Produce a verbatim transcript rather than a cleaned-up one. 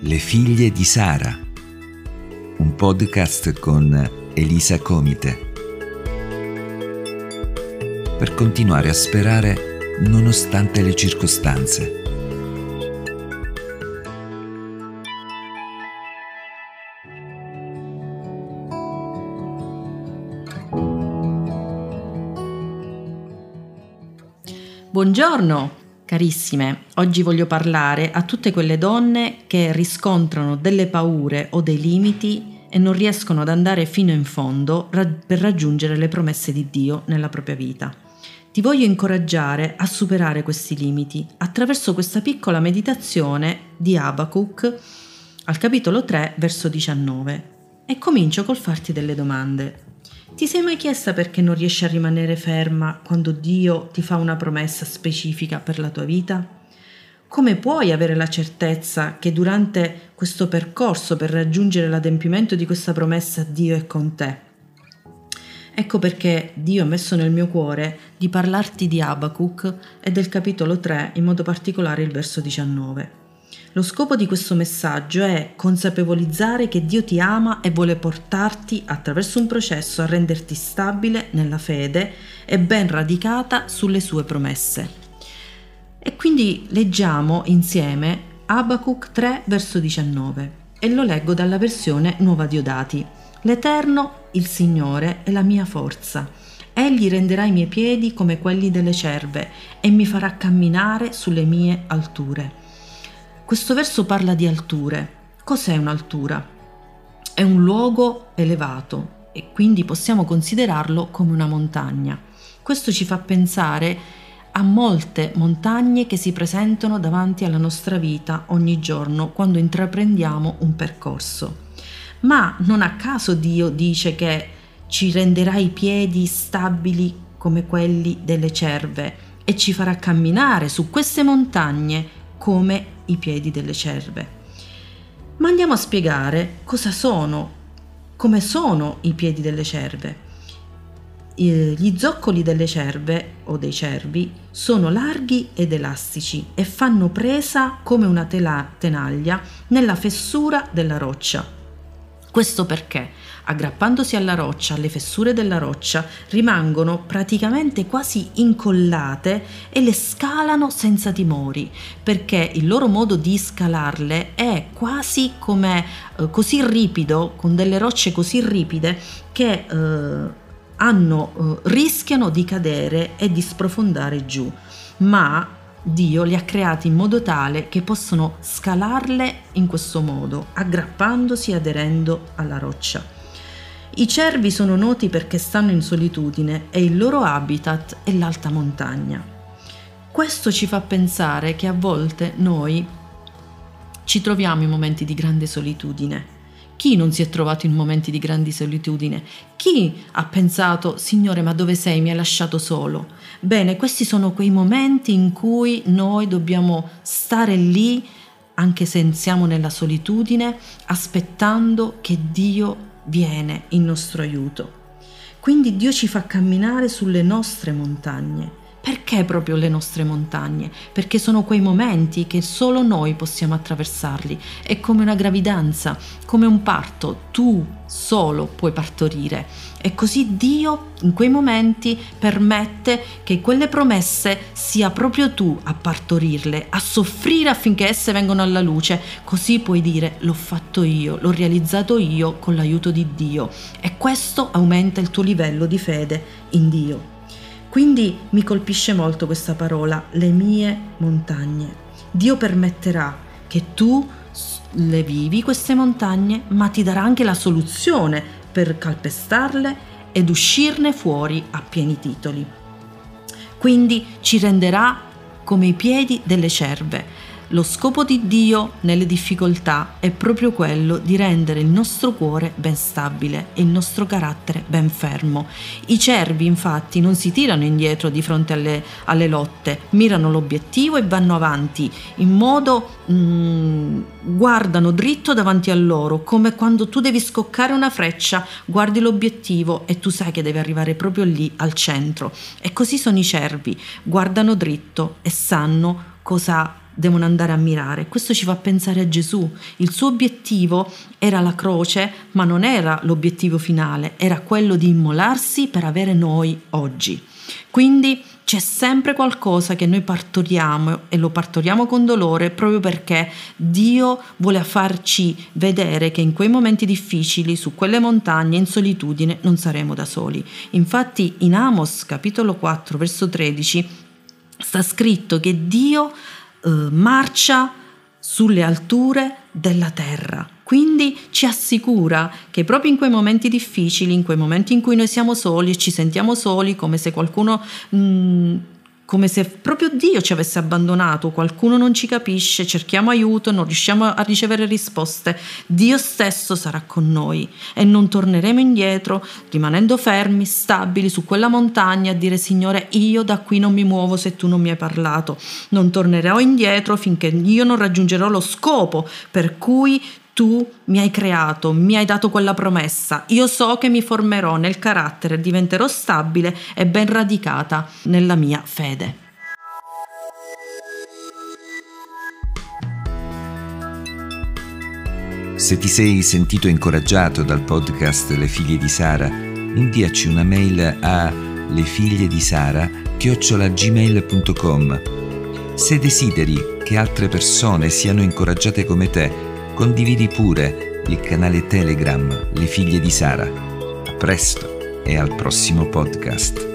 Le figlie di Sara, un podcast con Elisa Comite, per continuare a sperare nonostante le circostanze. Buongiorno carissime, oggi voglio parlare a tutte quelle donne che riscontrano delle paure o dei limiti e non riescono ad andare fino in fondo per raggiungere le promesse di Dio nella propria vita. Ti voglio incoraggiare a superare questi limiti attraverso questa piccola meditazione di Abacuc al capitolo tre, verso diciannove, e comincio col farti delle domande. Ti sei mai chiesta perché non riesci a rimanere ferma quando Dio ti fa una promessa specifica per la tua vita? Come puoi avere la certezza che durante questo percorso per raggiungere l'adempimento di questa promessa Dio è con te? Ecco perché Dio ha messo nel mio cuore di parlarti di Abacuc e del capitolo tre, in modo particolare il verso diciannove. Lo scopo di questo messaggio è consapevolizzare che Dio ti ama e vuole portarti attraverso un processo a renderti stabile nella fede e ben radicata sulle sue promesse. E quindi leggiamo insieme Abacuc tre, verso diciannove, e lo leggo dalla versione Nuova Diodati. L'Eterno, il Signore, è la mia forza. Egli renderà i miei piedi come quelli delle cerve e mi farà camminare sulle mie alture. Questo verso parla di alture. Cos'è un'altura? È un luogo elevato e quindi possiamo considerarlo come una montagna. Questo ci fa pensare a molte montagne che si presentano davanti alla nostra vita ogni giorno quando intraprendiamo un percorso. Ma non a caso Dio dice che ci renderà i piedi stabili come quelli delle cerve e ci farà camminare su queste montagne come i piedi delle cerve. Ma andiamo a spiegare cosa sono, come sono i piedi delle cerve. Gli zoccoli delle cerve o dei cervi sono larghi ed elastici e fanno presa come una tela- tenaglia nella fessura della roccia. Questo perché, aggrappandosi alla roccia, alle fessure della roccia, rimangono praticamente quasi incollate e le scalano senza timori, perché il loro modo di scalarle è quasi come eh, così ripido, con delle rocce così ripide che eh, hanno, eh, rischiano di cadere e di sprofondare giù. Ma Dio li ha creati in modo tale che possono scalarle in questo modo, aggrappandosi e aderendo alla roccia. I cervi sono noti perché stanno in solitudine e il loro habitat è l'alta montagna. Questo ci fa pensare che a volte noi ci troviamo in momenti di grande solitudine. Chi non si è trovato in momenti di grande solitudine? Chi ha pensato, Signore, ma dove sei? Mi hai lasciato solo? Bene, questi sono quei momenti in cui noi dobbiamo stare lì, anche se siamo nella solitudine, aspettando che Dio viene in nostro aiuto. Quindi Dio ci fa camminare sulle nostre montagne. Perché proprio le nostre montagne? Perché sono quei momenti che solo noi possiamo attraversarli. È come una gravidanza, come un parto. Tu solo puoi partorire. E così Dio in quei momenti permette che quelle promesse sia proprio tu a partorirle, a soffrire affinché esse vengano alla luce. Così puoi dire: l'ho fatto io, l'ho realizzato io con l'aiuto di Dio. E questo aumenta il tuo livello di fede in Dio. Quindi mi colpisce molto questa parola, le mie montagne. Dio permetterà che tu le vivi queste montagne, ma ti darà anche la soluzione per calpestarle ed uscirne fuori a pieni titoli. Quindi ci renderà come i piedi delle cerve. Lo scopo di Dio nelle difficoltà è proprio quello di rendere il nostro cuore ben stabile e il nostro carattere ben fermo. I cervi infatti non si tirano indietro di fronte alle, alle lotte, mirano l'obiettivo e vanno avanti in modo mm, guardano dritto davanti a loro, come quando tu devi scoccare una freccia, guardi l'obiettivo e tu sai che deve arrivare proprio lì al centro. E così sono i cervi, guardano dritto e sanno cosa devono andare a mirare. Questo ci fa pensare a Gesù. Il suo obiettivo era la croce, ma non era l'obiettivo finale, era quello di immolarsi per avere noi oggi. Quindi c'è sempre qualcosa che noi partoriamo e lo partoriamo con dolore, proprio perché Dio vuole farci vedere che in quei momenti difficili, su quelle montagne, in solitudine, non saremo da soli. Infatti in Amos capitolo quattro verso tredici sta scritto che Dio eh, marcia sulle alture della terra. Quindi ci assicura che proprio in quei momenti difficili, in quei momenti in cui noi siamo soli e ci sentiamo soli, come se qualcuno, mh, come se proprio Dio ci avesse abbandonato, qualcuno non ci capisce, cerchiamo aiuto, non riusciamo a ricevere risposte, Dio stesso sarà con noi e non torneremo indietro, rimanendo fermi, stabili su quella montagna a dire: Signore, io da qui non mi muovo se tu non mi hai parlato, non tornerò indietro finché io non raggiungerò lo scopo per cui tu mi hai creato, mi hai dato quella promessa. Io so che mi formerò nel carattere, diventerò stabile e ben radicata nella mia fede. Se ti sei sentito incoraggiato dal podcast Le figlie di Sara, inviaci una mail a lefigliedisara chiocciola gmail punto com. Se desideri che altre persone siano incoraggiate come te, condividi pure il canale Telegram Le Figlie di Sara. A presto e al prossimo podcast.